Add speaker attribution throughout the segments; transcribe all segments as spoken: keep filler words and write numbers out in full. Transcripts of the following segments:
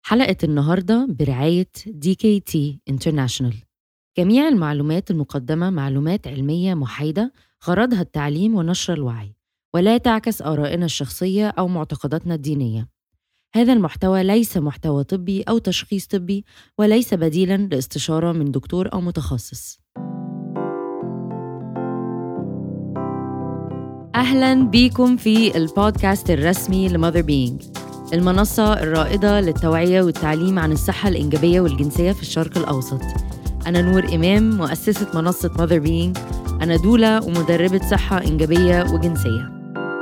Speaker 1: حلقة النهاردة برعاية دي كي تي International. جميع المعلومات المقدمة معلومات علمية محايدة غرضها التعليم ونشر الوعي، ولا تعكس آرائنا الشخصية أو معتقداتنا الدينية. هذا المحتوى ليس محتوى طبي أو تشخيص طبي، وليس بديلاً لاستشارة من دكتور أو متخصص. أهلاً بيكم في البودكاست الرسمي لماذر بينج، المنصة الرائدة للتوعية والتعليم عن الصحة الإنجابية والجنسية في الشرق الأوسط. أنا نور إمام، مؤسسة منصة ماذر بينج. أنا دولة ومدربة صحة إنجابية وجنسية.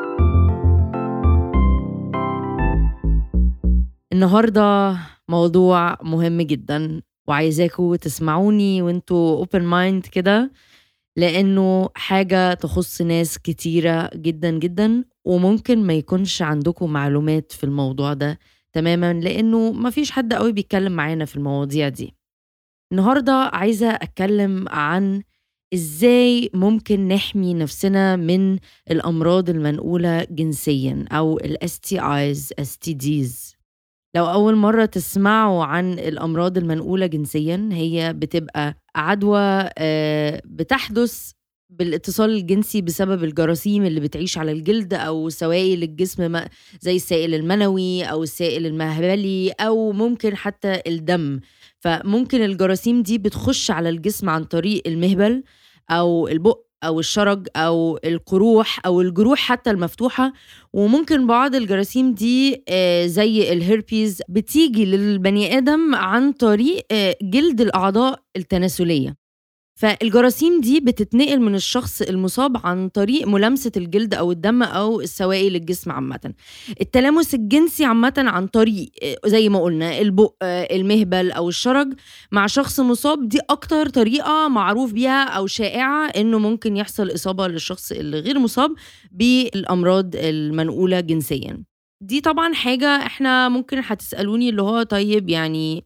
Speaker 1: النهاردة موضوع مهم جدا، وعايزاكم تسمعوني وانتوا open mind كده، لأنه حاجة تخص ناس كتيرة جدا جدا، وممكن ما يكونش عندكم معلومات في الموضوع ده تماما، لأنه ما فيش حد قوي بيتكلم معانا في المواضيع دي. النهاردة عايزة أتكلم عن إزاي ممكن نحمي نفسنا من الأمراض المنقولة جنسيا أو ال إس تي آيز إس تي ديز. لو أول مرة تسمعوا عن الأمراض المنقولة جنسياً، هي بتبقى عدوى بتحدث بالاتصال الجنسي بسبب الجراثيم اللي بتعيش على الجلد أو سوائل الجسم، زي السائل المنوي أو السائل المهبلي أو ممكن حتى الدم. فممكن الجراثيم دي بتخش على الجسم عن طريق المهبل أو البق أو الشرج أو القروح أو الجروح حتى المفتوحة. وممكن بعض الجراثيم دي زي الهيربيز بتيجي للبني آدم عن طريق جلد الأعضاء التناسلية. فالجراثيم دي بتتنقل من الشخص المصاب عن طريق ملامسة الجلد أو الدم أو السوائل الجسم عامة. التلامس الجنسي عامة عن طريق زي ما قلنا البق، المهبل أو الشرج مع شخص مصاب، دي أكتر طريقة معروف بيها أو شائعة إنه ممكن يحصل إصابة للشخص اللي غير مصاب بالأمراض المنقولة جنسيا. دي طبعا حاجة إحنا ممكن هتسألوني اللي هو طيب يعني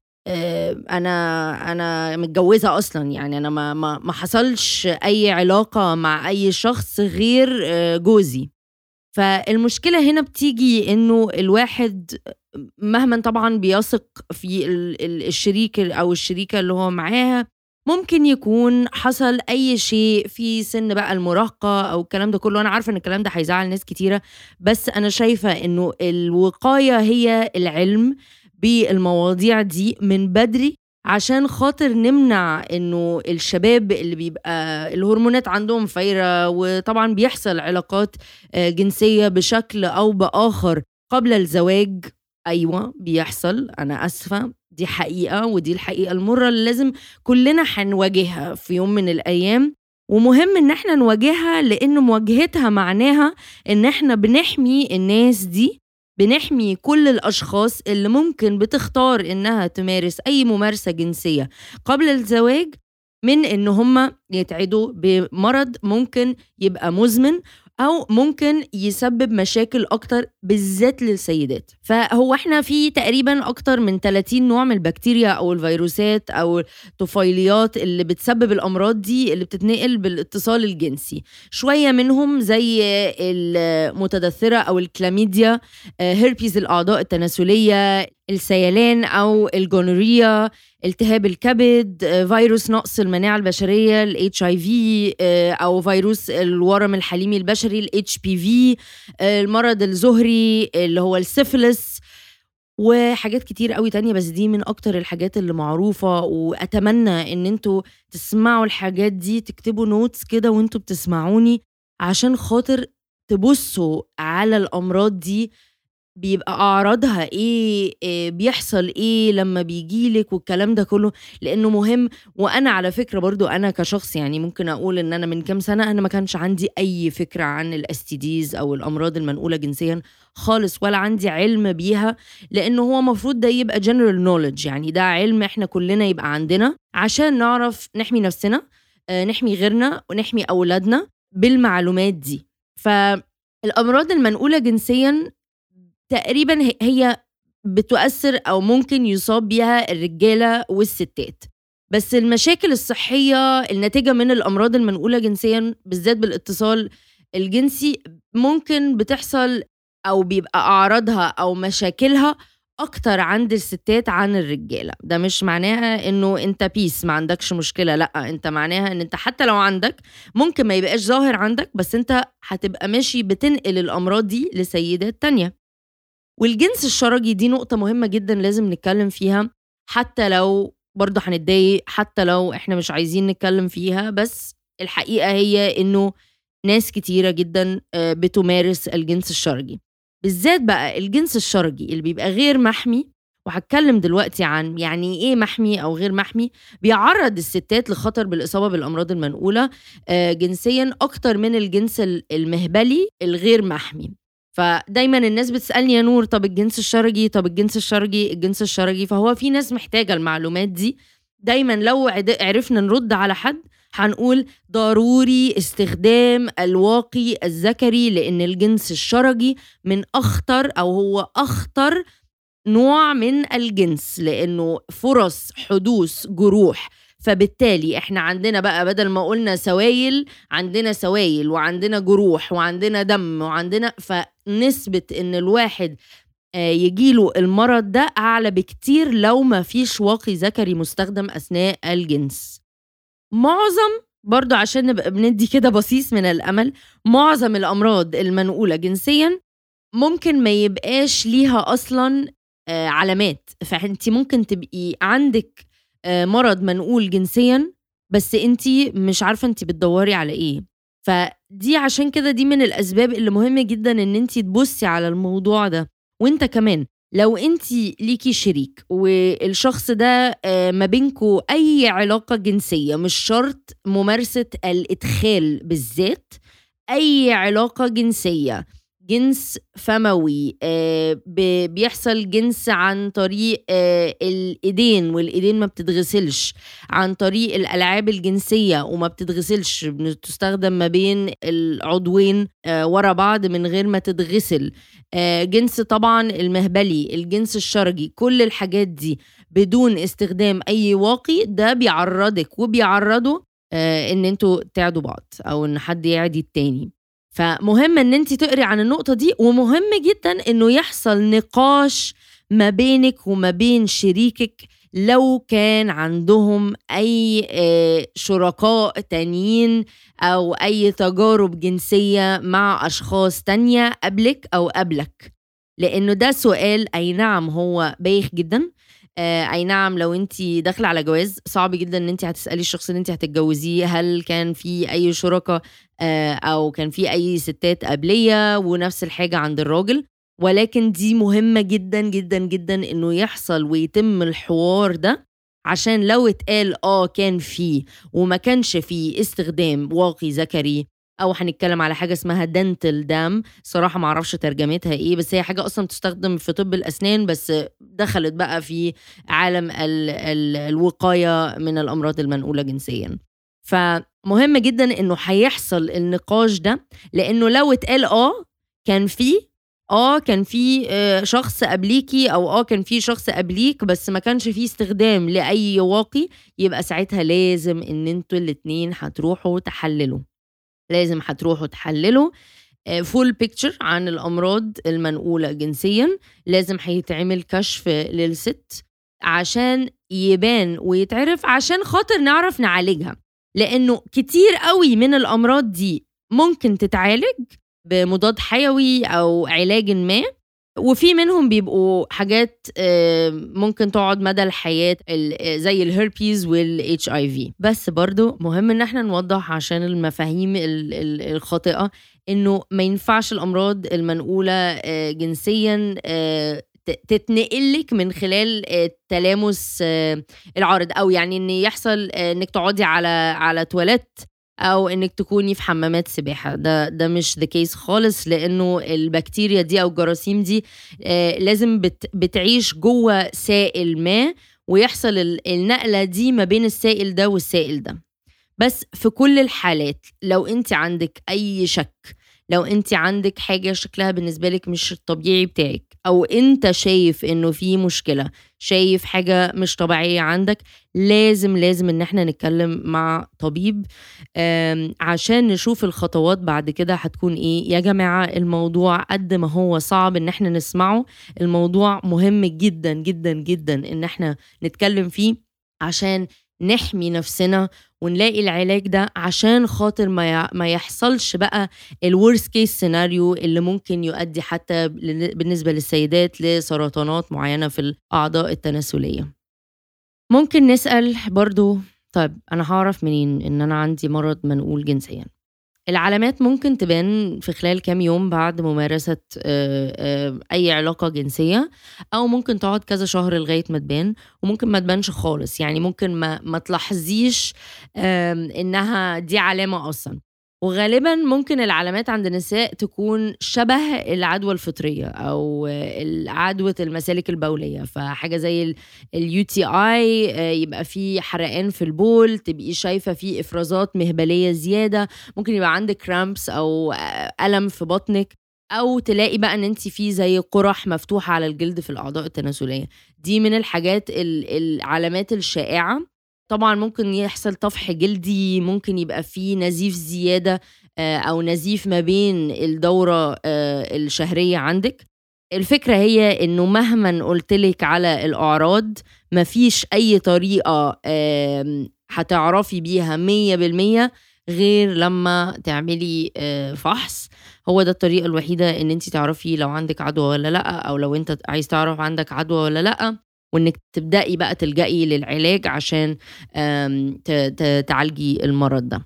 Speaker 1: أنا أنا متجوزة أصلاً، يعني أنا ما ما ما حصلش أي علاقة مع أي شخص غير جوزي. فالمشكلة هنا بتيجي إنه الواحد مهما طبعاً بيثق في الشريك أو الشريكة اللي هو معاها، ممكن يكون حصل أي شيء في سن بقى المراهقة أو الكلام ده كله. أنا عارفة إن الكلام ده هيزعل ناس كتيرة، بس أنا شايفة إنه الوقاية هي العلم بالمواضيع دي من بدري، عشان خاطر نمنع إنه الشباب اللي بيبقى الهرمونات عندهم فايرة، وطبعا بيحصل علاقات جنسية بشكل أو بآخر قبل الزواج. أيوة بيحصل، أنا أسفة، دي حقيقة، ودي الحقيقة المرة اللي لازم كلنا هنواجهها في يوم من الأيام. ومهم إن احنا نواجهها، لأن مواجهتها معناها إن احنا بنحمي الناس دي، بنحمي كل الأشخاص اللي ممكن بتختار إنها تمارس أي ممارسة جنسية قبل الزواج من إن هم يتعدوا بمرض ممكن يبقى مزمن أو ممكن يسبب مشاكل أكتر بالذات للسيدات. فهو احنا في تقريبا أكتر من ثلاثين نوع من البكتيريا أو الفيروسات أو الطفيليات اللي بتسبب الأمراض دي اللي بتتنقل بالاتصال الجنسي. شوية منهم زي المتدثرة أو الكلاميديا، هيربيز الأعضاء التناسلية، السيلان أو الجونوريا، التهاب الكبد، فيروس نقص المناعة البشرية ال إتش آي في، أو فيروس الورم الحليمي البشري ال إتش بي في، المرض الزهري اللي هو السيفلس، وحاجات كتير قوي تانية. بس دي من أكتر الحاجات اللي معروفة، وأتمنى إن انتوا تسمعوا الحاجات دي، تكتبوا نوتس كده وانتوا بتسمعوني، عشان خاطر تبصوا على الأمراض دي بيبقى أعراضها إيه, إيه بيحصل إيه لما بيجيلك والكلام ده كله، لأنه مهم. وأنا على فكرة برضو أنا كشخص يعني ممكن أقول إن أنا من كام سنة أنا ما كانش عندي أي فكرة عن ال إس تي ديز أو الأمراض المنقولة جنسيا خالص، ولا عندي علم بيها، لأنه هو مفروض ده يبقى general knowledge، يعني ده علم إحنا كلنا يبقى عندنا عشان نعرف نحمي نفسنا، نحمي غيرنا ونحمي أولادنا بالمعلومات دي. فالأمراض المنقولة جنسيا تقريبا هي بتؤثر أو ممكن يصاب بيها الرجالة والستات، بس المشاكل الصحية الناتجة من الأمراض المنقولة جنسيا بالذات بالاتصال الجنسي ممكن بتحصل أو بيبقى أعراضها أو مشاكلها أكتر عند الستات عن الرجالة. ده مش معناها إنه أنت بيس ما عندكش مشكلة، لأ، أنت معناها إن أنت حتى لو عندك ممكن ما يبقاش ظاهر عندك، بس أنت هتبقى ماشي بتنقل الأمراض دي لسيدات تانية. والجنس الشرجي دي نقطة مهمة جدا لازم نتكلم فيها، حتى لو برضه هنتضايق، حتى لو إحنا مش عايزين نتكلم فيها، بس الحقيقة هي إنه ناس كتيرة جدا آه، بتمارس الجنس الشرجي، بالذات بقى الجنس الشرجي اللي بيبقى غير محمي. وهتكلم دلوقتي عن يعني إيه محمي أو غير محمي. بيعرض الستات لخطر بالإصابة بالأمراض المنقولة آه، جنسيا أكتر من الجنس ال- المهبلي الغير محمي. فدايما الناس بتسألني يا نور، طب الجنس الشرجي طب الجنس الشرجي الجنس الشرجي فهو في ناس محتاجة المعلومات دي. دايما لو عد- عرفنا نرد على حد هنقول ضروري استخدام الواقي الذكري، لأن الجنس الشرجي من أخطر أو هو أخطر نوع من الجنس، لأنه فرص حدوث جروح. فبالتالي احنا عندنا بقى بدل ما قلنا سوائل، عندنا سوائل وعندنا جروح وعندنا دم وعندنا، فنسبة ان الواحد آه، يجيله المرض ده أعلى بكتير لو ما فيش واقي ذكري مستخدم أثناء الجنس. معظم برضو عشان نبقى بندي كده بصيص من الأمل، معظم الأمراض المنقولة جنسيا ممكن ما يبقاش ليها أصلا آه، علامات. فأنت ممكن تبقي عندك آه، مرض منقول جنسيا بس أنت مش عارفة أنت بتدوري على إيه. فدي عشان كده دي من الأسباب اللي مهمة جدا أن أنت تبصي على الموضوع ده. وأنت كمان لو أنت ليكي شريك والشخص ده آه، ما بينكو أي علاقة جنسية، مش شرط ممارسة الإدخال بالذات، أي علاقة جنسية، جنس فموي آه، ب- بيحصل جنس عن طريق آه، الإيدين والإيدين ما بتتغسلش، عن طريق الألعاب الجنسية وما بتتغسلش، بتستخدم ما بين العضوين آه، ورا بعض من غير ما تتغسل، آه، جنس طبعا المهبلي، الجنس الشرجي، كل الحاجات دي بدون استخدام أي واقي، ده بيعرضك وبيعرضه آه، ان انتوا تعدوا بعض او ان حد يعدي التاني. فمهم ان انت تقري عن النقطة دي، ومهم جدا انه يحصل نقاش ما بينك وما بين شريكك لو كان عندهم اي آه، شركاء تانيين او اي تجارب جنسية مع اشخاص تانية قبلك او قبلك، لانه ده سؤال اي نعم هو بايخ جدا. آه، اي نعم لو انت داخله على جواز صعب جدا ان انت هتسالي الشخص اللي انت هتتجوزيه هل كان في اي شركاء آه، او كان في اي ستات قبليه، ونفس الحاجه عند الراجل. ولكن دي مهمه جدا جدا جدا انه يحصل ويتم الحوار ده، عشان لو اتقال اه كان فيه وما كانش فيه استخدام واقي ذكري، او هنتكلم على حاجه اسمها دنتل دام، صراحه ما اعرفش ترجمتها ايه، بس هي حاجه اصلا تستخدم في طب الاسنان بس دخلت بقى في عالم ال ال الوقايه من الامراض المنقوله جنسيا. فمهم جدا انه هيحصل النقاش ده، لانه لو اتقال اه كان في اه كان في آه، شخص قبليكي او اه كان في شخص قبليك بس ما كانش فيه استخدام لاي واقي، يبقى ساعتها لازم ان انتوا الاتنين هتروحوا تحللوا، لازم هتروحوا تحللوا فول بيكتشر عن الأمراض المنقولة جنسيا. لازم هيتعمل كشف للست عشان يبان ويتعرف، عشان خاطر نعرف نعالجها، لأنه كتير قوي من الأمراض دي ممكن تتعالج بمضاد حيوي أو علاج ما، وفي منهم بيبقوا حاجات آه، ممكن تقعد مدى الحياة ال- زي الهيربيز والاتش اي في. بس برضو مهم ان احنا نوضح عشان المفاهيم ال- ال- الخاطئة انه ما ينفعش الامراض المنقولة آه، جنسيا آه، ت- تتنقلك من خلال آه، تلامس آه، العارض، او يعني ان يحصل آه، انك تقعدي على على تواليت او انك تكوني في حمامات سباحة. ده ده مش the case خالص، لانه البكتيريا دي او الجراثيم دي آه، لازم بت بتعيش جوه سائل ما، ويحصل ال- النقلة دي ما بين السائل ده والسائل ده. بس في كل الحالات لو انت عندك اي شك لو أنتِ عندِك حاجة شكلها بالنسبة لِك مش الطبيعي بتاعِك، أو أنت شايف إنه في مشكلة، شايف حاجة مش طبيعية عندك، لازم، لازم إن إحنا نتكلم مع طبيب آمم، عشان نشوف الخطوات بعد كده هتكون إيه. يا جماعة الموضوع قد ما هو صعب إن إحنا نسمعه، الموضوع مهم جدًا، جدًا، جدًا إن إحنا نتكلم فيه عشان نحمي نفسنا ونلاقي العلاج ده، عشان خاطر ما ي ما يحصلش بقى الworst case scenario اللي ممكن يؤدي حتى لن بالنسبة للسيدات لسرطانات معيّنة في الأعضاء التناسلية. ممكن نسأل برضه، طيب أنا هاعرف منين إن أنا عندي مرض منقول جنسيًا؟ العلامات ممكن تبان في خلال كام يوم بعد ممارسة آآ آآ أي علاقة جنسية، أو ممكن تقعد كذا شهر لغاية ما تبان، وممكن ما تبانش خالص، يعني ممكن ما ما تلاحظيش آمم إنها دي علامة أصلًا. وغالبًا ممكن العلامات عند النساء تكون شبه العدوى الفطرية أو ال عدوى المسالك البولية، فحاجة زي ال الUTI آآ يبقى في حرقان في البول، تبقي شايفة في إفرازات مهبلية زيادة، ممكن يبقى عندِك cramps أو آآ ألم في بطنِك، أو تلاقي بقى إن أنتِ في زي قُرَح مفتوحة على الجلد في الأعضاء التناسلية. دي من الحاجات ال العلامات الشائعة. طبعًا ممكن يحصل طفح جلدي، ممكن يبقى في نزيف زيادة آآ أو نزيف ما بين الدورة آآ الشهرية عندِك. الفكرة هي إنه مهمًا قُلت لِك على الأعراض، ما فيش أي طريقة آمم هتعرفي بيها مية بالمية غير لمّا تعملي آآ فحص. هو ده الطريقة الوحيدة إن أنتِ تعرفي لو عندِك عدوى والّا لأ، أو لو أنت عايز تعرف عندك عدوى والّا لأ، وإنِّك تبدئي بقى تلجئي للعلاج عشان آمم ت ت تعالجي المرض ده.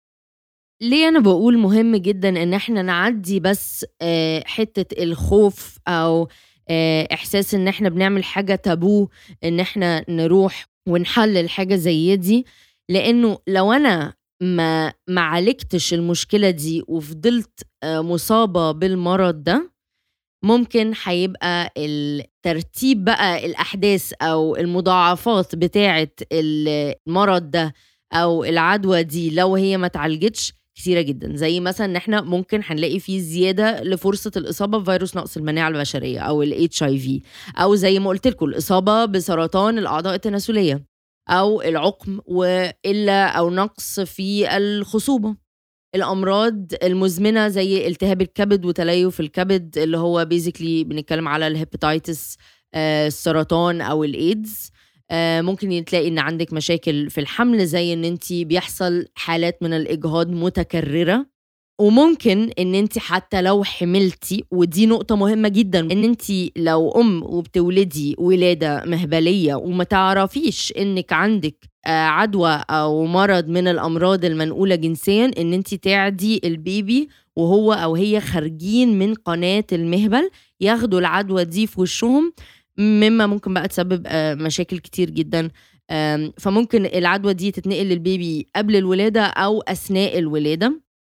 Speaker 1: ليه أنا باقول مهم جدًا إن إحنا نعدّي بس آآ حتّة الخوف أو آآ إحساس إن إحنا بنعمل حاجة تابو إن إحنا نروح ونحلّل حاجة زي دي، لإنه لو أنا ما ما عالجتش المشكلة دي وفضلت آآ مُصابة بالمرض ده، ممكن هيبقى الترتيب بقى الأحداث أو المضاعفات بتاعة ال المرض ده أو العدوى دي لو هي ما اتعالجتش كتيرة جدًا. زي مثلًا إن إحنا ممكن هنلاقي في زيادة لفرصة الإصابة بفيروس نقص المناعة البشرية أو الHIV، أو زي ما قُلت لكم الإصابة بسرطان الأعضاء التناسلية، أو العُقم وقِلّة أو نقص في الخصوبة. الأمراض المزمنة زي التهاب الكبد وتليف الكبد اللي هو basically بنتكلم على الهيباتيتس آآ السرطان أو الإيدز. آآ ممكن تلاقي إن عندِك مشاكل في الحمل زي إن أنتِ بيحصل حالات من الإجهاض متكررة. وممكن إن أنتِ حتى لو حملتِ، ودي نقطة مهمة جدًا، إن أنتِ لو أم وبتولدي ولادة مهبلية وما تعرفيش إنِّك عندِك آآ عدوى أو مرض من الأمراض المنقولة جنسيًا، إن أنتِ تعدي البيبي وهو أو هي خارجين من قناة المهبل، ياخدوا العدوى دي في وشّهم، مما ممكن بقى تسبب آآ مشاكل كتير جدًا. آمم فممكن العدوى دي تتنقل للبيبي قبل الولادة أو أثناء الولادة.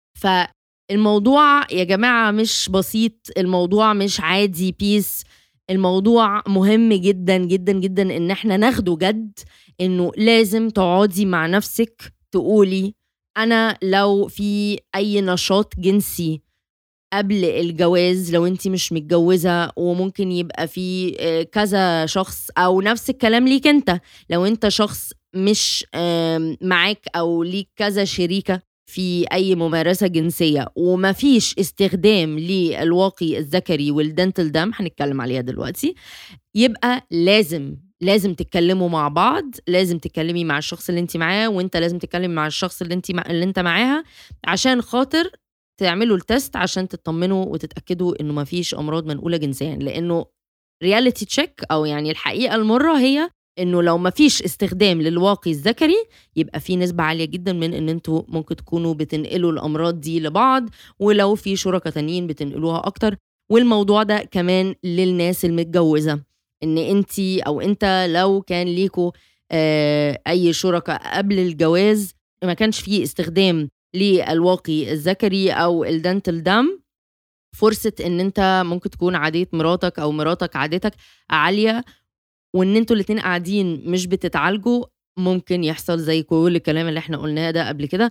Speaker 1: فالموضوع يا جماعة مش بسيط، الموضوع مش عادي peace، الموضوع مهم جدًا، جدًا، جدًا إن إحنا ناخده جَد، إنه لازم تقعدي مع نفسِك تقولي أنا لو في أي نشاط جنسي قبل الجواز، لو أنتِ مش متجوزة وممكن يبقى في آآ كذا شخص، أو نفس الكلام ليك أنت، لو أنت شخص مش آمم معاك أو ليك كذا شريكة في أي ممارسة جنسية وما فيش استخدام للواقي الذكري والdental dam هنتكلم عليها دلوقتي، يبقى لازم، لازم تتكلموا مع بعض، لازم تتكلمي مع الشخص اللي أنتِ معاه، وأنت لازم تتكلم مع الشخص اللي أنتِ م اللي أنت معاها، عشان خاطر تعملوا الtest عشان تطمنوا وتتأكدوا إنه ما فيش أمراض منقولة جنسيًا. لإنه reality check أو يعني الحقيقة المُرّة هي إنه لو ما فيش استخدام للواقي الذكري، يبقى في نسبة عالية جدًا من إن أنتم ممكن تكونوا بتنقلوا الأمراض دي لبعض، ولو في شُركا تانيين بتنقلوها أكتر. والموضوع ده كمان للناس المتجوزة، إن أنتِ أو أنت لو كان ليكم آآ أي شُركا قبل الجواز ما كانش في استخدام للواقي الذكري أو الdental dam، فرصة إن أنت ممكن تكون عادية مراتك أو مراتك عادتك عالية، وإن أنتم الاتنين قاعدين مش بتتعالجوا، ممكن يحصل زي كل الكلام اللي إحنا قُلناه ده قبل كده.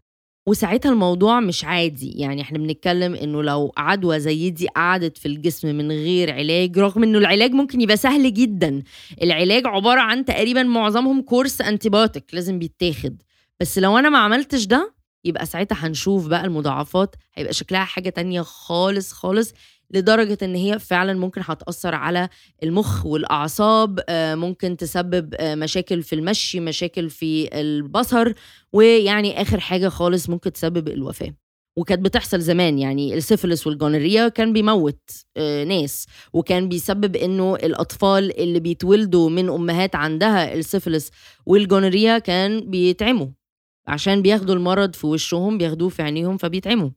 Speaker 1: وساعتها الموضوع مش عادي، يعني إحنا بنتكلم إنه لو عدوى زي دي قعدت في الجسم من غير علاج، رغم إنه العلاج ممكن يبقى سهل جدًا، العلاج عبارة عن تقريبًا معظمهم كورس antibiotic لازم بيتاخد، بس لو أنا ما عملتش ده يبقى ساعتها هنشوف بقى المضاعفات هيبقى شكلها حاجة تانية خالص، خالص، لدرجة إن هي فعلًا ممكن هتأثّر على المُخ والأعصاب، آآ ممكن تسبب آآ مشاكل في المشي، مشاكل في البصر، ويعني آخر حاجة خالص ممكن تسبب الوفاة. وكانت بتحصل زمان، يعني السيفيلس والجونوريا كان بيموّت آآ ناس، وكان بيسبب إنه الأطفال اللي بيتولدوا من أمهات عندها السيفيلس والجونوريا كان بيتعموا، عشان بياخدوا المرض في وشّهم، بياخدوه في عينيهم فبيتعموا.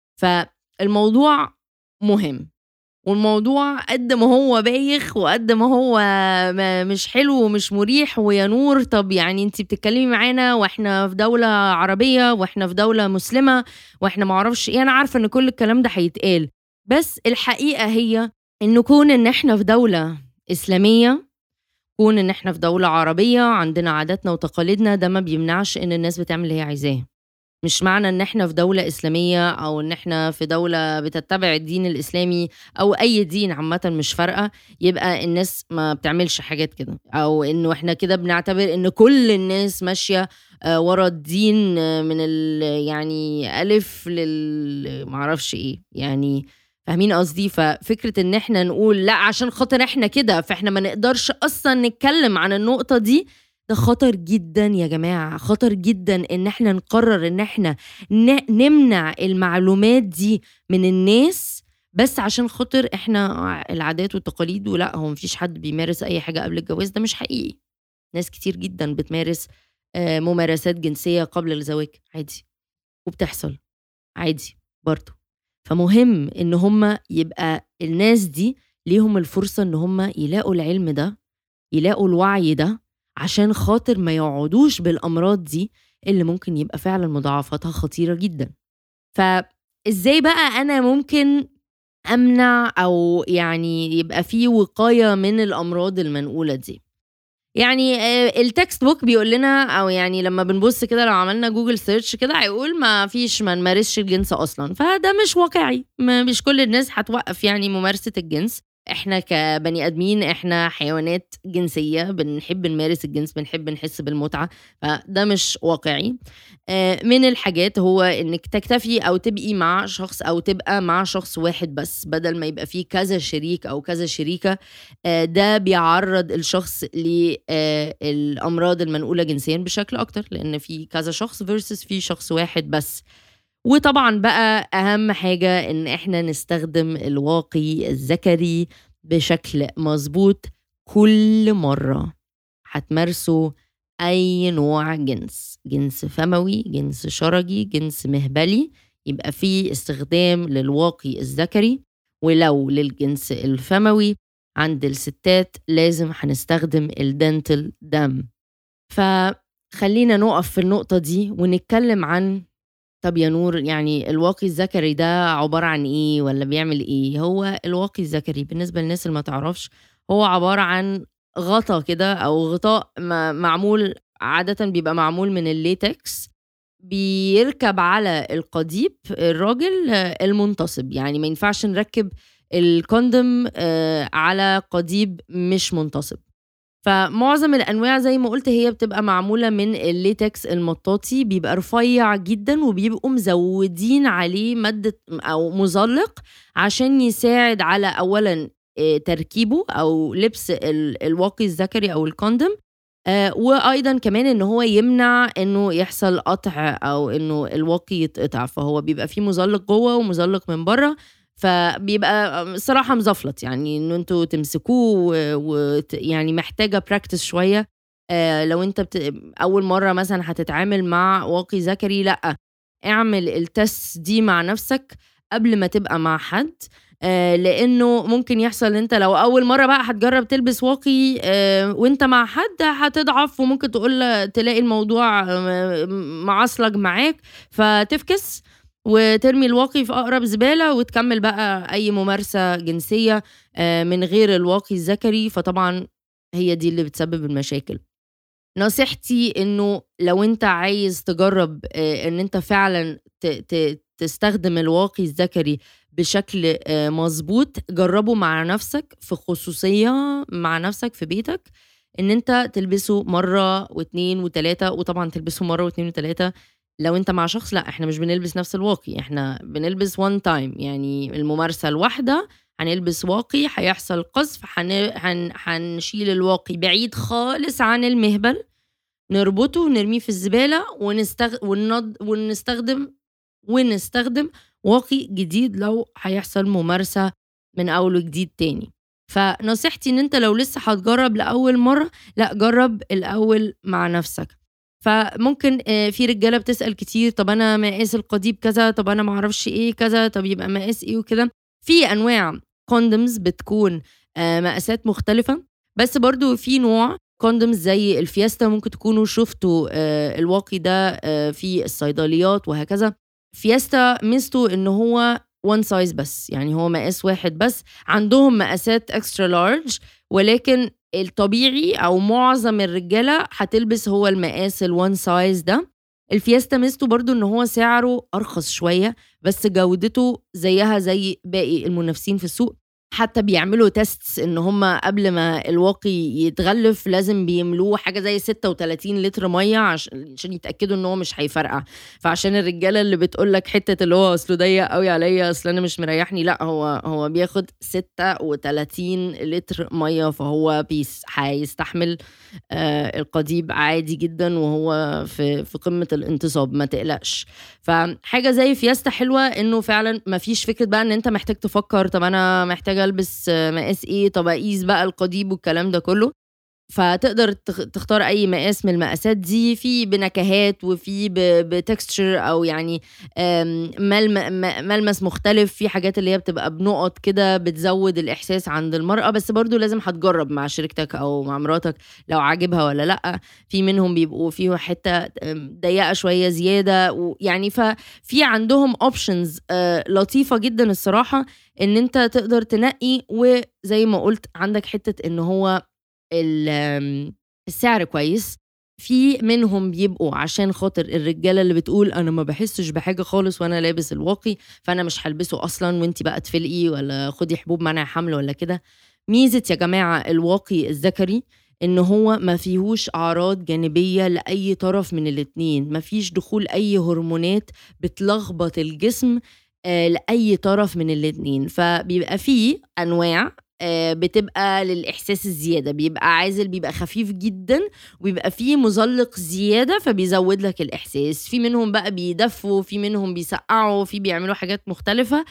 Speaker 1: فالموضوع مهم. والموضوع قد ما هو بايخ وقد ما هو ما مش حلو ومش مريح ويا نور، طب يعني أنتِ بتتكلمي معانا وإحنا في دولة عربية وإحنا في دولة مسلمة وإحنا ما أعرفش إيه، أنا عارفة إن كل الكلام ده هيتقال، بس الحقيقة هي إنه كون إن إحنا في دولة إسلامية، كون إن إحنا في دولة عربية عندنا عاداتنا وتقاليدنا، ده ما بيمنعش إن الناس بتعمل اللي هي عايزاه. مش معنى إن إحنا في دولة إسلامية أو إن إحنا في دولة بتتبع الدين الإسلامي أو أي دين عامةً مش فارقة، يبقى الناس ما بتعملش حاجات كده، أو إنه إحنا كده بنعتبر إن كل الناس ماشية آآ ورا الدين آه، من ال يعني ألِف لل ما أعرفش إيه، يعني فاهمين قصدي؟ ففكرة إن إحنا نقول لأ عشان خاطر إحنا كده، فإحنا ما نقدرش أصلًا نتكلم عن النقطة دي، ده خطر جدًا يا جماعة، خطر جدًا إن إحنا نقرر إن إحنا ن نمنع المعلومات دي من الناس، بس عشان خاطر إحنا ع العادات والتقاليد ولأ، هو ما فيش حد بيمارس أي حاجة قبل الجواز، ده مش حقيقي. ناس كتير جدًا بتمارس آآ ممارسات جنسية قبل الزواج عادي، وبتحصل عادي برضه. فمهم إن هُم يبقى الناس دي ليهم الفرصة إن هُم يلاقوا العلم ده، يلاقوا الوعي ده، عشان خاطر ما يقعدوش بالأمراض دي اللي ممكن يبقى فعلًا مضاعفاتها خطيرة جدًا. فإزاي بقى أنا ممكن أمنع أو يعني يبقى في وقاية من الأمراض المنقولة دي؟ يعني آآ الtext book بيقول لنا أو يعني لمّا بنبُص كده لو عملنا Google search كده هيقول ما فيش ما نمارسش الجنس أصلًا، فده مش واقعي، ما مش كل الناس هتوقّف يعني ممارسة الجنس، إحنا كبني آدمين إحنا حيوانات جنسية، بنحب نمارس الجنس، بنحب نحس بالمتعة، فده مش واقعي. آآ من الحاجات هو إنِّك تكتفي أو تبقي مع شخص أو تبقى مع شخص واحد بس، بدل ما يبقى في كذا شريك أو كذا شريكة، آآ ده بيعرّض الشخص ل آآ الأمراض المنقولة جنسيًا بشكل أكتر، لإن في كذا شخص versus في شخص واحد بس. وطبعًا بقى أهم حاجة إن إحنا نستخدم الواقي الذكري بشكل مضبوط كل مرّة هتمارسوا أي نوع جنس، جنس فموي، جنس شرجي، جنس مهبلي، يبقى في استخدام للواقي الذكري، ولو للجنس الفموي عند الستات لازم هنستخدم الdental dam. فخلّينا نُقف في النقطة دي ونتكلم عن طب يا نور يعني الواقي الذكري ده عبارة عن إيه والّا بيعمل إيه؟ هو الواقي الذكري بالنسبة للناس اللي ما تعرفش، هو عبارة عن غطا كده أو غطاء م معمول عادةً بيبقى معمول من الlatex بيركب على القضيب الراجل آه، المنتصب، يعني ما ينفعش نركّب الكوندوم آآ على قضيب مش منتصب. فمعظم الأنواع زي ما قُلت هي بتبقى معمولة من الليتكس المطاطي، بيبقى رفيّع جدًا وبيبقوا مزوّدين عليه مادة أو مُزلّق عشان يساعد على أولًا آآ تركيبه أو لبس ال الواقي الذكري أو الكوندوم، آآ وأيضًا كمان إن هو يمنع إنه يحصل قطع أو إنه الواقي يتقطع، فهو بيبقى في مُزلّق جوّه ومُزلّق من برّه، فبيبقى الصراحة مزفلط، يعني إنه أنتم تمسكوه و وت يعني محتاجة practice شوية، آآ لو أنت بت أول مرّة مثلًا هتتعامل مع واقي ذكري لأ، اعمل الtests دي مع نَفْسك قبل ما تبقى مع حد، آآ لإنه ممكن يحصل إن أنت لو أول مرّة بقى هتجرّب تلبس واقي آآ وأنت مع حد هتضعف وممكن تقول تلاقي الموضوع م معصلج معاك فتفكس وترمي الواقي في أقرب زبالة وتكمّل بقى أي ممارسة جنسية آآ من غير الواقي الذكري، فطبعًا هي دي اللي بتسبب المشاكل. نصيحتي إنه لو أنت عايز تجرّب آآ إن أنت فعلًا ت ت تستخدم الواقي الذكري بشكل آآ مضبوط، جرّبه مع نَفْسك في خصوصية مع نَفْسك في بيتك، إن أنت تلبسه مرّة و2 و3 وطبعًا تلبسه مرّة و2 و3. لو أنت مع شخص لأ، إحنا مش بنلبس نَفْس الواقي، إحنا بنلبس one time، يعني الممارسة الواحدة هنلبس واقي، هيحصل قذف، هن هن هنشيل الواقي بعيد خالص عن المهبل، نربطه ونرميه في الزبالة ونستغ وننض ونستخدم ونستخدم واقي جديد لو هيحصل ممارسة من أول وجديد تاني. فنصيحتي إن أنت لو لسه هتجرّب لأول مرّة، لأ جرّب الأول مع نَفْسك. فممكن آآ في رجالة بتسأل كتير، طَب أنا مقاس القضيب كذا، طَب أنا ما أعرفش إيه كذا، طَب يبقى مقاس إيه وكده. في أنواع condoms بتكون آآ مقاسات مختلفة، بس برضه في نوع condoms زي الفياستا ممكن تكونوا شُفتوا آآ الواقي ده آآ في الصيدليات وهكذا. فياستا ميزته إن هو one size بس، يعني هو مقاس واحد بس، عندهم مقاسات extra large ولكن الطبيعي أو معظم الرجالة هتلبس هو المقاس الone size ده. الفياستا ميزته برضه إن هو سعره أرخص شوية، بس جودته زيها زي باقي المنافسين في السوق. حتى بيعملوا tests إن هم قبل ما الواقي يتغلف لازم بيملوه حاجة زي ستة وتلاتين لتر مَيّة عش عشان يتأكدوا إن هو مش هيفرقع. فعشان الرجالة اللي بتقول لك حتّة اللي هو أصله ضيّق أوي عليّا، أصل أنا مش مريحني، لأ هو هو بياخد ستة وتلاتين لتر مَيّة، فهو peace هيستحمل آآ القضيب عادي جدًا وهو في في قمة الانتصاب، ما تقلقش. فحاجة زي فياستا حلوة إنه فعلًا ما فيش فكرة بقى إن أنت محتاج تفكّر طَب أنا محتاج ألبس آه، مقاس إيه، طَب أقيس بقى القضيب والكلام ده كُلّه. فتقدر تخ تختار أي مقاس من المقاسات دي، في بنكهات وفي ب بtexture أو يعني آمم ملم م ملمس مختلف، في حاجات اللي هي بتبقى بنُقط كده بتزوّد الإحساس عند المرأة، بس برضه لازم هتجرّب مع شريكتك أو مع مراتك لو عاجبها والّا لأ. في منهم بيبقوا فيه حتّة آمم ضيّقة شوية زيادة ويعني ففي عندهم options آآ لطيفة جدًا الصراحة إن أنت تقدر تنقّي، وزي ما قُلت عندك حتّة إن هو ال آمم، السعر كويس. في منهم بيبقوا عشان خاطر الرجالة اللي بتقول أنا ما باحسّش بحاجة خالص وأنا لابس الواقي، فأنا مش هالبسه أصلًا وأنتِ بقى اتفلقي والّا خُدي حبوب منع حمل والّا كده. ميزة يا جماعة الواقي الذكري إن هو ما فيهوش أعراض جانبية لأي طرف من الاتنين، ما فيش دخول أي هرمونات بتلخبط الجسم آآ لأي طرف من الاتنين. فبيبقى في أنواع آآ بتبقى للإحساس الزيادة، بيبقى عازل، بيبقى خفيف جدًا، وبيبقى فيه مُزلِّق زيادة فبيزوّد لك الإحساس. في منهم بقى بيدفّوا، في منهم بيسقّعوا، في بيعملوا حاجات مختلفة.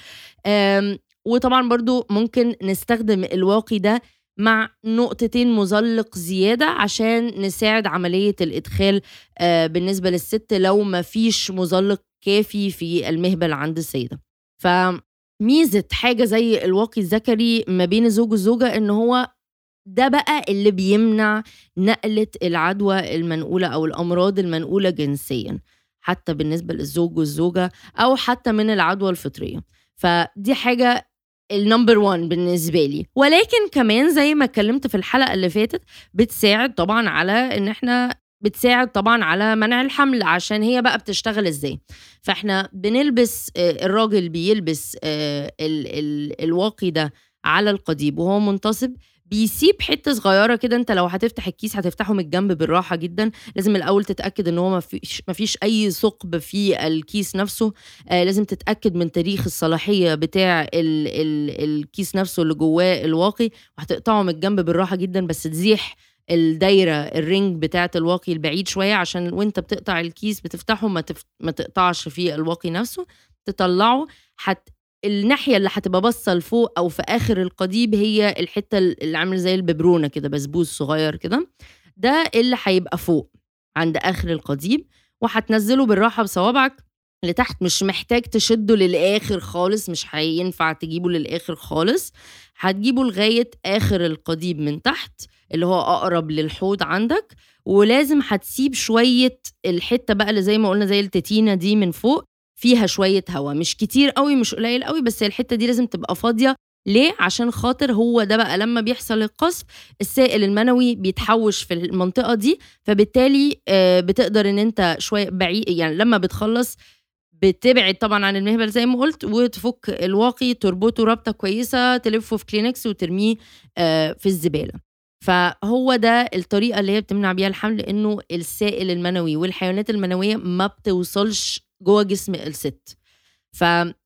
Speaker 1: آمم وطبعًا برضه ممكن نستخدم الواقي ده مع نقطتين مُزلِّق زيادة عشان نساعد عملية الإدخال آآ بالنسبة للست لو ما فيش مُزلِّق كافي في المهبل عند السيدة. ف ميزة حاجة زي الواقي الذكري ما بين الزوج والزوجة إن هو ده بقى اللي بيمنع نقلة العدوى المنقولة أو الأمراض المنقولة جنسيًا، حتى بالنسبة للزوج والزوجة أو حتى من العدوى الفطرية. فدي حاجة الnumber one بالنسبة لي، ولكن كمان زي ما اتكلمت في الحلقة اللي فاتت، بتساعد طبعًا على إن إحنا بتساعد طبعًا على منع الحمل، عشان هي بقى بتشتغل إزاي. فإحنا بنلبس آآ الراجل بيلبس آآ ال ال الواقي ده على القضيب وهو منتصب، بيسيب حتّة صغيّرة كده. أنت لو هتفتح الكيس هتفتحه من الجنب بالراحة جدًا، لازم الأول تتأكد إن هو ما فيش ما فيش أي ثقب في الكيس نفسه. آآ لازم تتأكد من تاريخ الصلاحية بتاع ال ال الكيس نفسه اللي جوّاه الواقي، وهتقطعه من الجنب بالراحة جدًا، بس تزيح الدايرة الring بتاعة الواقي البعيد شوية عشان وأنت بتقطع الكيس بتفتحه ما تف ما تقطعش في الواقي نفسه. تطلّعه هت الناحية اللي هتبقى باصة لفوق أو في آخر القضيب هي الحتّة ال اللي عاملة زي الببرونة كده، بسبوس صغيّر كده، ده اللي هيبقى فوق عند آخر القضيب، وهتنزّله بالراحة بصوابعك لتحت. مش محتاج تشدّه للآخر خالص، مش هينفع تجيبه للآخر خالص، هتجيبه لغاية آخر القضيب من تحت اللي هو أقرب للحوض عندك. ولازم هتسيب شوية الحتّة بقى اللي زي ما قُلنا زي التتينة دي من فوق فيها شوية هوا، مش كتير أوي مش قليل أوي، بس الحتّة دي لازم تبقى فاضية ليه؟ عشان خاطر هو ده بقى لمّا بيحصل القصف السائل المنوي بيتحوّش في المنطقة دي، فبالتالي آآ بتقدر إن أنت شوية بعي يعني لمّا بتخلّص بتبعد طبعًا عن المهبل زي ما قُلت، وتفُك الواقي تربطه رابطة كويسة، تلفّه في كلينكس وترميه آآ في الزبالة. فهو ده الطريقة اللي هي بتمنع بيها الحمل، إنه السائل المنوي والحيوانات المنوية ما بتوصلش جوّه جسم الست. ف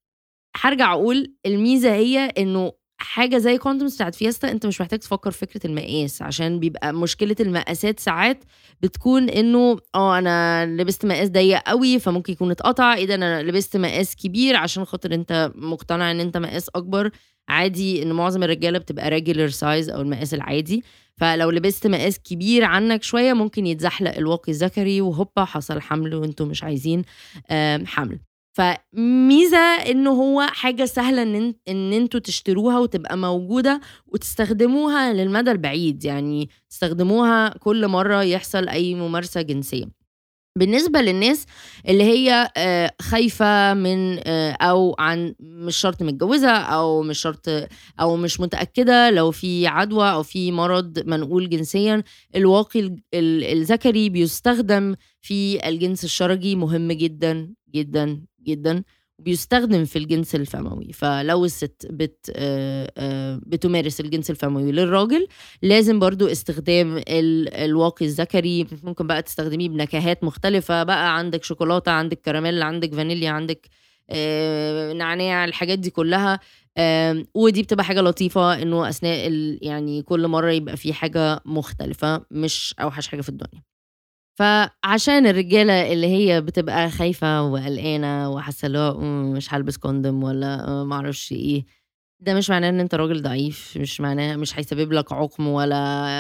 Speaker 1: هارجع أقول الميزة هي إنه حاجة زي condoms بتاعة فيستا أنت مش محتاج تفكّر في فكرة المقاس، عشان بيبقى مشكلة المقاسات ساعات بتكون إنه آه، أنا لبست مقاس ضيّق أوي فممكن يكون اتقطع، إيه ده أنا لبست مقاس كبير عشان خاطر أنت مقتنع إن أنت مقاس أكبر، عادي إن معظم الرجالة بتبقى regular size أو المقاس العادي، فلو لبست مقاس كبير عنّك شوية ممكن يتزحلق الواقي الذكري وهوبا حصل حمل وأنتم مش عايزين آمم حمل. فميزة إنه هو حاجة سهلة إن أن إن أنتم تشتروها وتبقى موجودة وتستخدموها للمدى البعيد، يعني تستخدموها كل مرّة يحصل أي ممارسة جنسية. بالنسبة للناس اللي هي آآ خايفة من آآ أو عن مش شرط متجوّزة أو مش شرط أو مش متأكدة لو في عدوى أو في مرض منقول جنسيًا، الواقي الج ال الذكري بيُستخدم في الجنس الشرجي مهم جدًا، جدًا، جدًا، وبيُستخدم في الجنس الفموي، فلو الست بت آآ آآ بتمارس الجنس الفموي للراجل لازم برضه استخدام ال الواقي الذكري، ممكن بقى تستخدميه بنكهات مختلفة بقى، عندِك شوكولاتة، عندِك كراميل، عندِك فانيليا، عندِك آآ نعناع، الحاجات دي كلّها. آمم ودي بتبقى حاجة لطيفة إنه أثناء ال يعني كل مرّة يبقى في حاجة مختلفة، مش أوحش حاجة في الدنيا. فعشان الرجالة اللي هي بتبقى خايفة وقلقانة وحاسة اللي هو إمم مش هالبس كوندوم والّا آآ ما أعرفش إيه، ده مش معناه إن أنت راجل ضعيف، مش معناه مش هيسبب لك عُقم ولا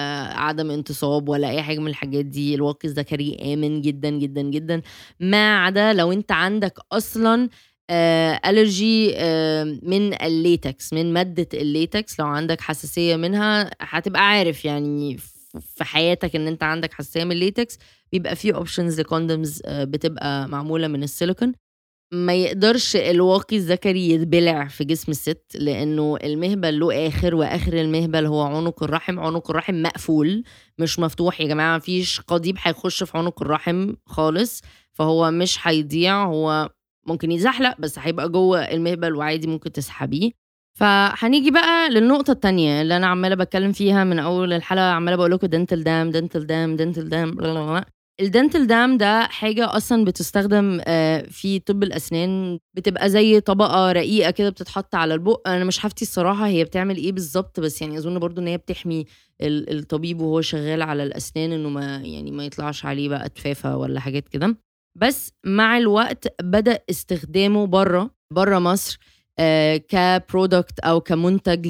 Speaker 1: عدم انتصاب ولا أي حاجة من الحاجات دي، الواقي الذكري آمن جدًا، جدًا، جدًا، ما عدا لو أنت عندك أصلًا آآ allergy آآ من الlatex من مادة الlatex لو عندك حساسية منها هتبقى عارف يعني ف في حياتك إن أنت عندك حساسية من الlatex بيبقى في options لcondoms آآ بتبقى معمولة من السيليكون. ما يقدرش الواقي الذكري يتبلع في جسم الست، لإنه المهبل له آخر، وآخر المهبل هو عنق الرحم، عنق الرحم مقفول مش مفتوح يا جماعة، ما فيش قضيب هيخش في عنق الرحم خالص، فهو مش هيضيع، هو ممكن يتزحلق بس هيبقى جوّه المهبل وعادي ممكن تسحبيه. فهنيجي بقى للنقطة التانية اللي أنا عمّالة باتكلم فيها من أول الحلقة، عمّالة باقول لكم dental dam، dental dam، dental dam الdental dam ده حاجة أصلًا بتستخدم آآ في طِب الأسنان، بتبقى زي طبقة رقيقة كده بتتحط على البُق، أنا مش هافتي الصراحة هي بتعمل إيه بالضبط، بس يعني أظن برضه إن هي بتحمي ال الطبيب وهو شغال على الأسنان إنه ما يعني ما يطلعش عليه بقى تفافة والّا حاجات كده. بس مع الوقت بدأ استخدامه برّه، برّه مصر آآ كproduct أو كمنتج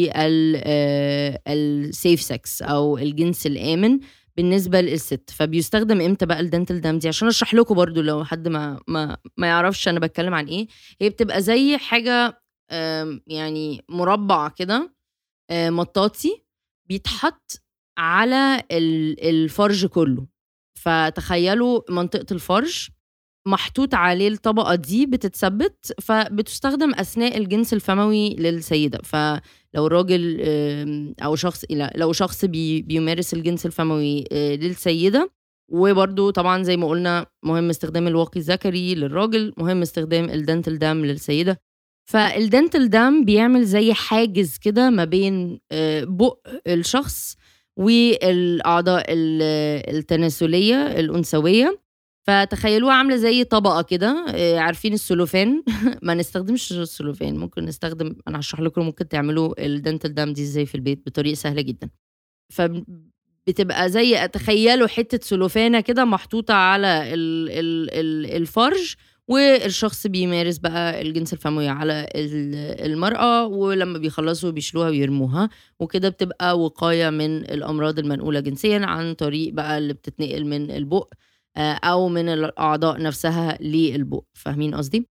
Speaker 1: لل آآ الsafe sex أو الجنس الآمن بالنسبة للست، فبيستخدم إمتى بقى الdental dam دي؟ عشان أشرح لكم برضه لو حد ما ما ما يعرفش أنا باتكلم عن إيه، هي بتبقى زي حاجة آمم يعني مُربّع كده آآ مطاطي بيتحط على ال الفرج كُلّه، فتخيّلوا منطقة الفرج محطوط عليه الطبقة دي بتتثبّت، فبتُستخدم أثناء الجنس الفموي للسيدة، فلو الراجل آمم أو شخص لأ، لو شخص بي بيمارس الجنس الفموي آآ للسيدة، وبرضه طبعًا زي ما قُلنا مهم استخدام الواقي الذكري للراجل، مهم استخدام الdental dam للسيدة. فالdental dam بيعمل زي حاجز كده ما بين آآ بُق الشخص والأعضاء ال التناسلية الأنثوية، فتخيّلوها عاملة زي طبقة كده آآ عارفين السلوفان ما نستخدمش السلوفان، ممكن نستخدم أنا هاشرح لكم ممكن تعملوا الdental dam دي إزاي في البيت بطريقة سهلة جدًا. فب بتبقى زي تخيّلوا حتّة سلوفانة كده محطوطة على ال ال ال الفرج، والشخص بيمارس بقى الجنس الفموي على ال المرأة، ولمّا بيخلّصوا بيشيلوها ويرموها، وكده بتبقى وقاية من الأمراض المنقولة جنسيًا عن طريق بقى اللي بتتنقل من البُق آآ أو من الأعضاء نفسها للبُق، فاهمين قصدي؟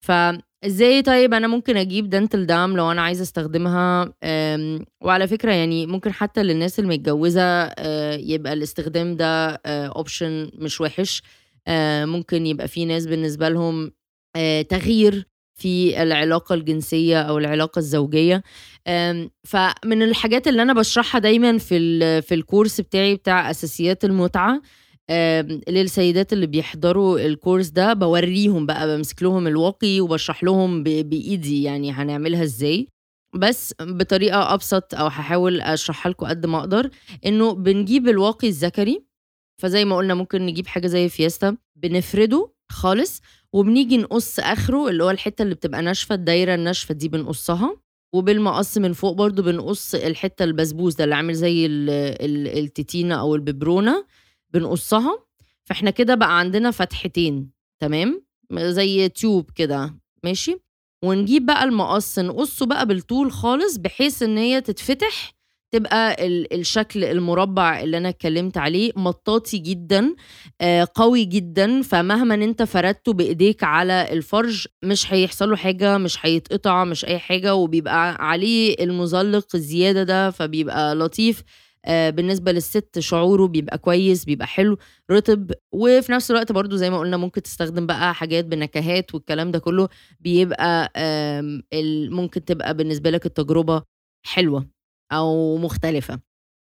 Speaker 1: فإزاي طيب أنا ممكن أجيب dental dam لو أنا عايزة أستخدمها آمم، وعلى فكرة يعني ممكن حتى للناس المتجوزة آآ، يبقى الاستخدام ده آآ، option مش وِحِش، آآ، ممكن يبقى في ناس بالنسبة لهم آآ، تغيير في العلاقة الجنسية أو العلاقة الزوجية. آمم، فمن الحاجات اللي أنا باشرحها دايمًا في ال في الcourse بتاعي بتاع أساسيات المتعة، آمم، للسيدات اللي بيحضروا الcourse ده، باورّيهم بقى، بامسك لهم الواقي وباشرح لهم ب بإيدي يعني هنعملها إزاي، بس بطريقة أبسط، أو هاحاول أشرحها لكم قد ما أقدر. إنه بنجيب الواقي الذكري، فزي ما قُلنا ممكن نجيب حاجة زي فيَستَا، بنفرده خالص، وبنيجي نقص آخره، اللي هو الحتّة اللي بتبقى ناشفة، الدايرة الناشفة دي بنقصها، وبالمقص من فوق برضه بنقص الحتّة البسبوس ده اللي عامل زي ال ال التتينة أو الببرونة، بنقصها. فإحنا كده بقى عندنا فتحتين، تمام، زي tube كده، ماشي. ونجيب بقى المقص نقصه بقى بالطول خالص، بحيث إن هي تتفتح، تبقى ال الشكل المربع اللي أنا اتكلمت عليه، مطاطي جدًا، آآ قوي جدًا، فمهما إن أنت فردته بإيديك على الفرج مش هيحصل له حاجة، مش هيتقطع، مش أي حاجة، وبيبقى عليه المُزلق الزيادة ده، فبيبقى لطيف. آآ بالنسبة للست شعوره بيبقى كويس، بيبقى حلو، رطب، وفي نفس الوقت برضه زي ما قُلنا ممكن تستخدم بقى حاجات بنكهات والكلام ده كله، بيبقى آمم ال ممكن تبقى بالنسبة لك التجربة حلوة أو مختلفة.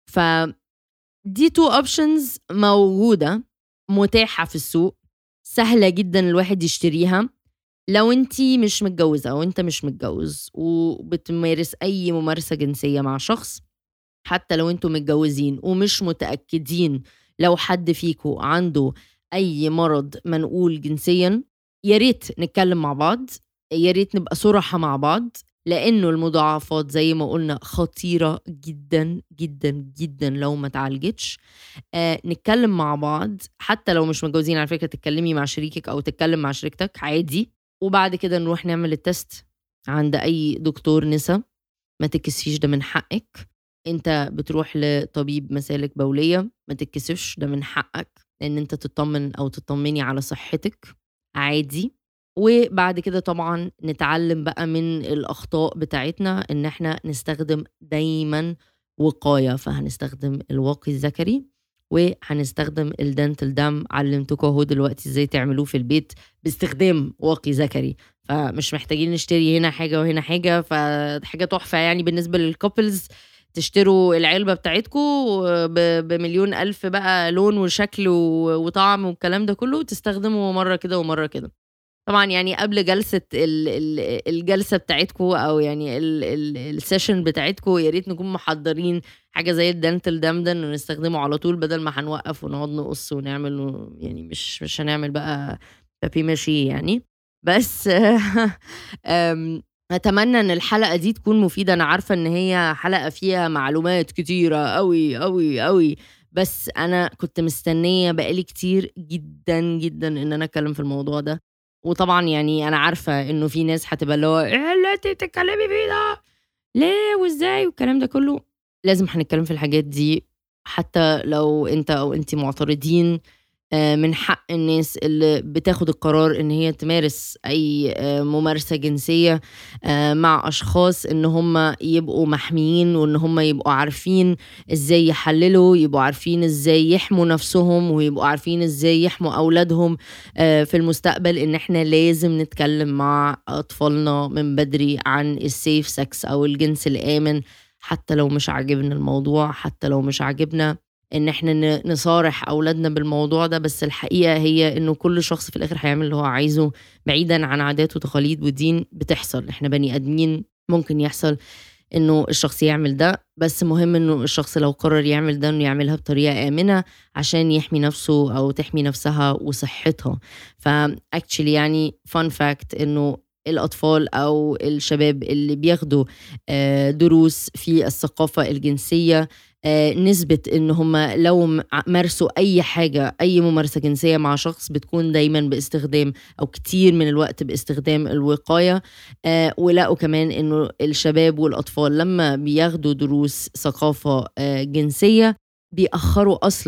Speaker 1: فدي two options موجودة، متاحة في السوق، سهلة جدًا الواحد يشتريها. لو أنتِ مش متجوزة أو أنت مش متجوز وبتمارس أي ممارسة جنسية مع شخص، حتى لو أنتم متجوزين ومش متأكدين لو حد فيكم عنده أي مرض منقول جنسيًا، يا ريت نتكلم مع بعض، يا ريت نبقى صُرحا مع بعض، لإنه المضاعفات زي ما قُلنا خطيرة جدًا، جدًا، جدًا لو ما اتعالجتش. آآ نتكلم مع بعض، حتى لو مش متجوزين على فكرة، تتكلمي مع شريكِك أو تتكلم مع شريكتك عادي، وبعد كده نروح نعمل الtest عند أي دكتور نسا. ما تتكسفيش، ده من حقِّك. أنت بتروح لطبيب مسالك بولية، ما تتكسفش، ده من حقك إن أنت تطمن أو تطمني على صحتِك عادي. وبعد كده طبعًا نتعلم بقى من الأخطاء بتاعتنا، إن إحنا نستخدم دايمًا وقاية، فهنستخدم الواقي الذكري، وهنستخدم الdental dam. علمتكم أهو دلوقتي إزاي تعملوه في البيت باستخدام واقي ذكري، فمش محتاجين نشتري هنا حاجة وهنا حاجة، فحاجة تحفة يعني بالنسبة للcouples. تشتروا العلبة بتاعتكم ب بمليون ألف بقى لون وشكل و وطعم والكلام ده كله، وتستخدموا مرة كده ومرة كده. طبعًا يعني قبل جلسة ال ال الجلسة بتاعتكم، أو يعني ال ال الsession بتاعتكم، يا ريت نكون محضّرين حاجة زي الdental dam ده، إنه نستخدمه على طول بدل ما هنوقّف ونقعد نقص ونعمل و يعني مش مش هنعمل بقى papier mâché يعني. بس آمم أتمنى إن الحلقة دي تكون مفيدة. أنا عارفة إن هي حلقة فيها معلومات كتيرة أوي، أوي، أوي، بس أنا كنت مستنية بقى لي كتير جدًا، جدًا إن أنا أتكلم في الموضوع ده. وطبعًا يعني أنا عارفة إنه في ناس هتبقى اللي هو إيه اللي أنتِ بتتكلمي فيه ده؟ ليه وإزاي والكلام ده كله. لازم هنتكلم في الحاجات دي، حتى لو أنت أو أنتِ معترضين. آآ من حق الناس اللي بتاخد القرار إن هي تمارس أي آآ ممارسة جنسية آآ مع أشخاص، إن هم يبقوا محميين، وإن هم يبقوا عارفين إزاي يحلّلوا، يبقوا عارفين إزاي يحموا نَفْسهم، ويبقوا عارفين إزاي يحموا أولادهم آآ في المستقبل. إن إحنا لازم نتكلّم مع أطفالنا من بدري عن الsafe sex أو الجنس الآمن، حتى لو مش عاجبنا الموضوع، حتى لو مش عاجبنا إن إحنا ن نصارح أولادنا بالموضوع ده. بس الحقيقة هي إنه كل شخص في الآخر هيعمل اللي هو عايزه، بعيدًا عن عادات وتقاليد ودين بتحصل. إحنا بني آدمين، ممكن يحصل إنه الشخص يعمل ده، بس مهم إنه الشخص لو قرر يعمل ده، إنه يعملها بطريقة آمنة عشان يحمي نفسه أو تحمي نفسها وصحتها. فactually يعني fun fact إنه الأطفال أو الشباب اللي بياخدوا آآ دروس في الثقافة الجنسية، آآ نسبة إن هم لو م مارسوا أي حاجة، أي ممارسة جنسية مع شخص، بتكون دايمًا باستخدام، أو كتير من الوقت باستخدام الوقاية. آآ ولقوا كمان إنه الشباب والأطفال لمّا بياخدوا دروس ثقافة آآ جنسية، بيأخّروا أصلًا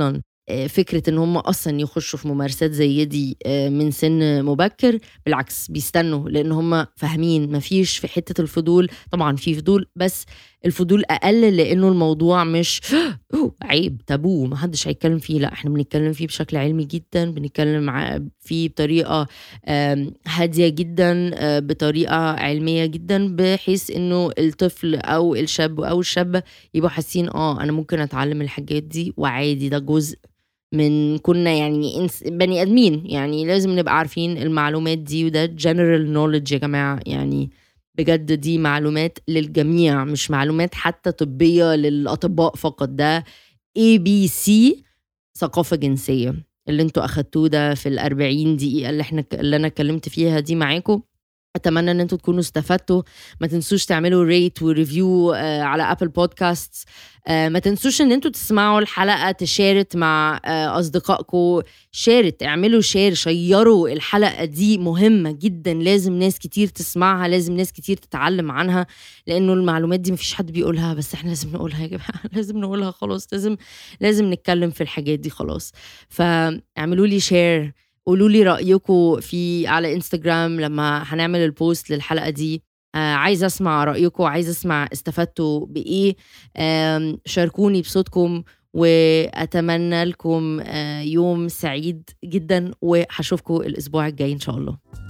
Speaker 1: آآ فكرة إن هم أصلًا يخشوا في ممارسات زي دي آآ من سِن مبكر، بالعكس بيستنوا، لإن هم فاهمين ما فيش في حتة الفضول، طبعًا في فضول بس الفضول أقل لإنه الموضوع مش أوه عيب، تابوه، ما حدش هيتكلم فيه، لأ إحنا بنتكلم فيه بشكل علمي جدًا، بنتكلم ع فيه بطريقة آمم هادية جدًا، آآ بطريقة علمية جدًا، بحيث إنه الطفل أو الشاب أو الشابة يبقوا حاسين آه، أنا ممكن أتعلم الحاجات دي وعادي ده جزء من كُنّا يعني إنس بني آدمين، يعني لازم نبقى عارفين المعلومات دي وده general knowledge يا جماعة، يعني بجد دي معلومات للجميع، مش معلومات حتى طبية للأطباء فقط، ده إيه بي سي ثقافة جنسية، اللي أنتم أخدتوه ده في الأربعين دقيقة اللي إحنا ك اللي أنا اتكلمت فيها دي معاكم، أتمنى إن أنتم تكونوا استفدتوا، ما تنسوش تعملوا rate وreview آآ على Apple Podcasts، آآ ما تنسوش إن أنتم تسمعوا الحلقة تشارت مع آآ أصدقائكم، شارت اعملوا share شيّروا الحلقة دي مهمة جدًا، لازم ناس كتير تسمعها، لازم ناس كتير تتعلم عنها، لإنه المعلومات دي ما فيش حد بيقولها، بس إحنا لازم نقولها يا جماعة، لازم نقولها خلاص، لازم لازم نتكلم في الحاجات دي خلاص، فاعملوا لي share قولوا لي رأيكم في على إنستجرام لمّا هنعمل الpost للحلقة دي، آآ عايزة أسمع رأيكم، عايزة أسمع استفدتوا بإيه، آمم شاركوني بصوتكم، وأتمنى لكم آآ يوم سعيد جدًا، وهاشوفكم الأسبوع الجاي إن شاء الله.